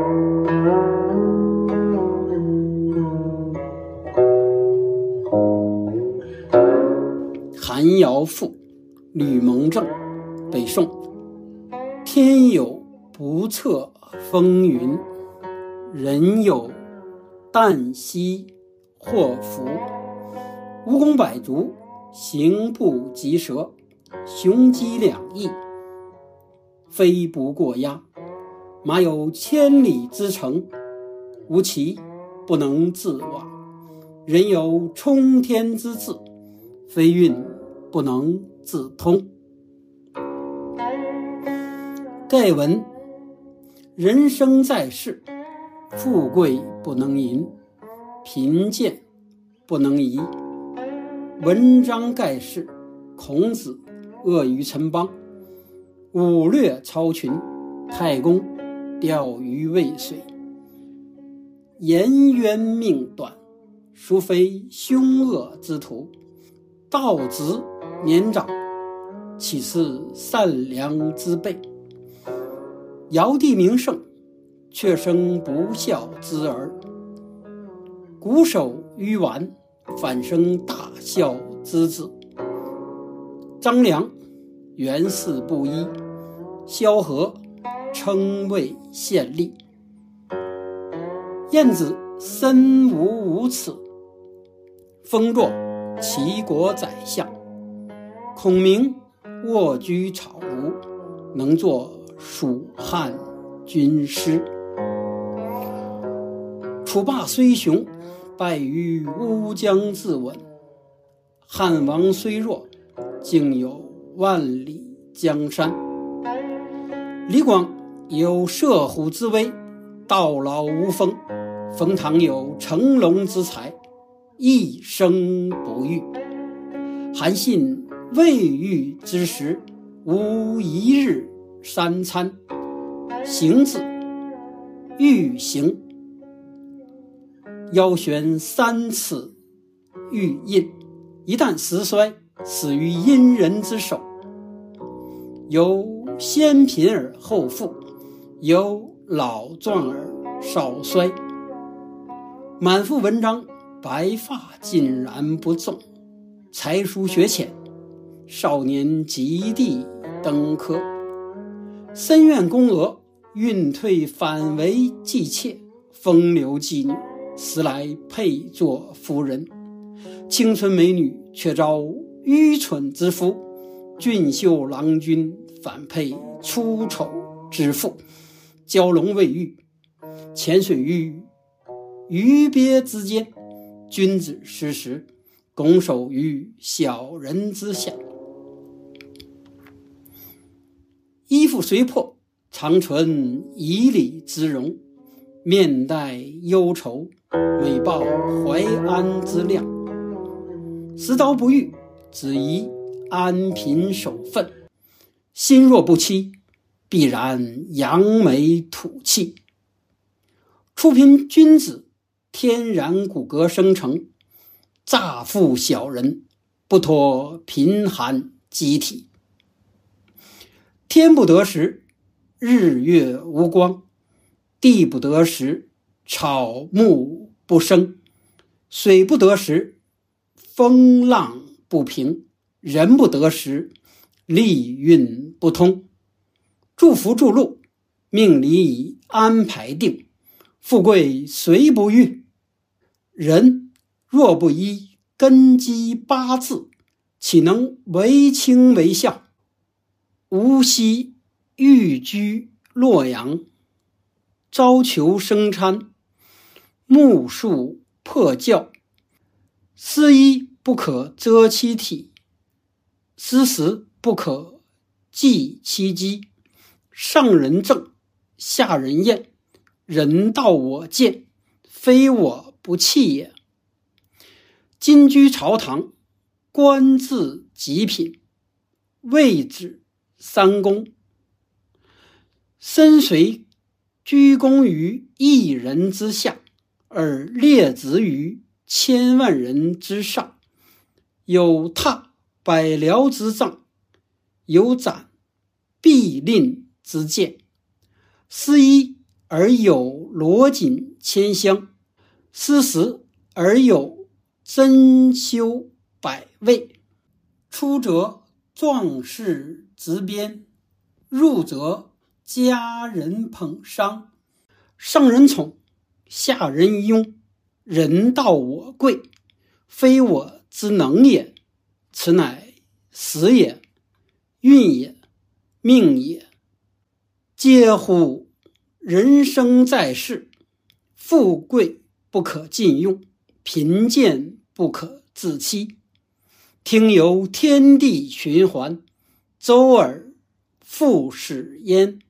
寒窑赋，吕蒙正，北宋。天有不测风云，人有旦夕祸福。蜈蚣百足，行不及蛇，雄鸡两翼，飞不过鸦。马有千里之程，无其不能自瓦。人有冲天之志，非运不能自通。盖文：人生在世，富贵不能淫，贫贱不能移。文章盖世，孔子恶于陈邦，武略超群，太公钓鱼未遂。颜渊命短，孰非凶恶之徒？道直年长，岂是善良之辈？尧帝名圣，却生不孝之儿。瞽叟愚顽，反生大孝之子。张良原氏不一，萧何称谓献吏。晏子身无耻，封作齐国宰相。孔明卧居草庐，能作蜀汉军师。楚霸虽雄，败于乌江自刎。汉王虽弱，竟有万里江山。李广有射虎之威，到老无风。冯唐有成龙之才，一生不遇。韩信未遇之时，无一日三餐。行字欲行，腰悬3次玉印，一旦时衰，死于阴人之手。有先贫而后富，有老壮而少衰。满腹文章，白发竟然不中。才疏学浅，少年及第登科。深怨宫娥，运退反为姬妾。风流妓女，实来配作夫人。青春美女，却遭愚蠢之夫。俊秀郎君，反配出丑之妇。蛟龙未遇，潜水于鱼鳖之间。君子失时，拱手于小人之下。衣服虽破，常存以礼之容。面带忧愁，每报怀安之量。时刀不遇，只宜安贫守分。心若不欺，必然扬眉吐气。初贫君子，天然骨骼生成。乍富小人，不脱贫寒机体。天不得时，日月无光；地不得时，草木不生；水不得时，风浪不平；人不得时，利运不通。祝福祝禄，命理已安排定。富贵谁不遇？人若不依根基八字，岂能为卿为相？吾昔寓居洛阳，朝求生餐，暮宿破教。思衣不可遮其体，思食不可济其饥。上人正，下人厌，人道我贱，非我不弃也。今居朝堂，官至极品，位至3公。身随居功于1人之下，而列职于千万人之上。有踏百僚之杖，有斩必令之剑。思衣而有罗锦千香，思时而有珍馐百味。出则壮士执鞭，入则佳人捧觞。上人宠，下人拥，人道我贵，非我之能也。此乃时也，运也，命也。嗟乎！人生在世，富贵不可尽用，贫贱不可自欺。听由天地循环，周而复始焉。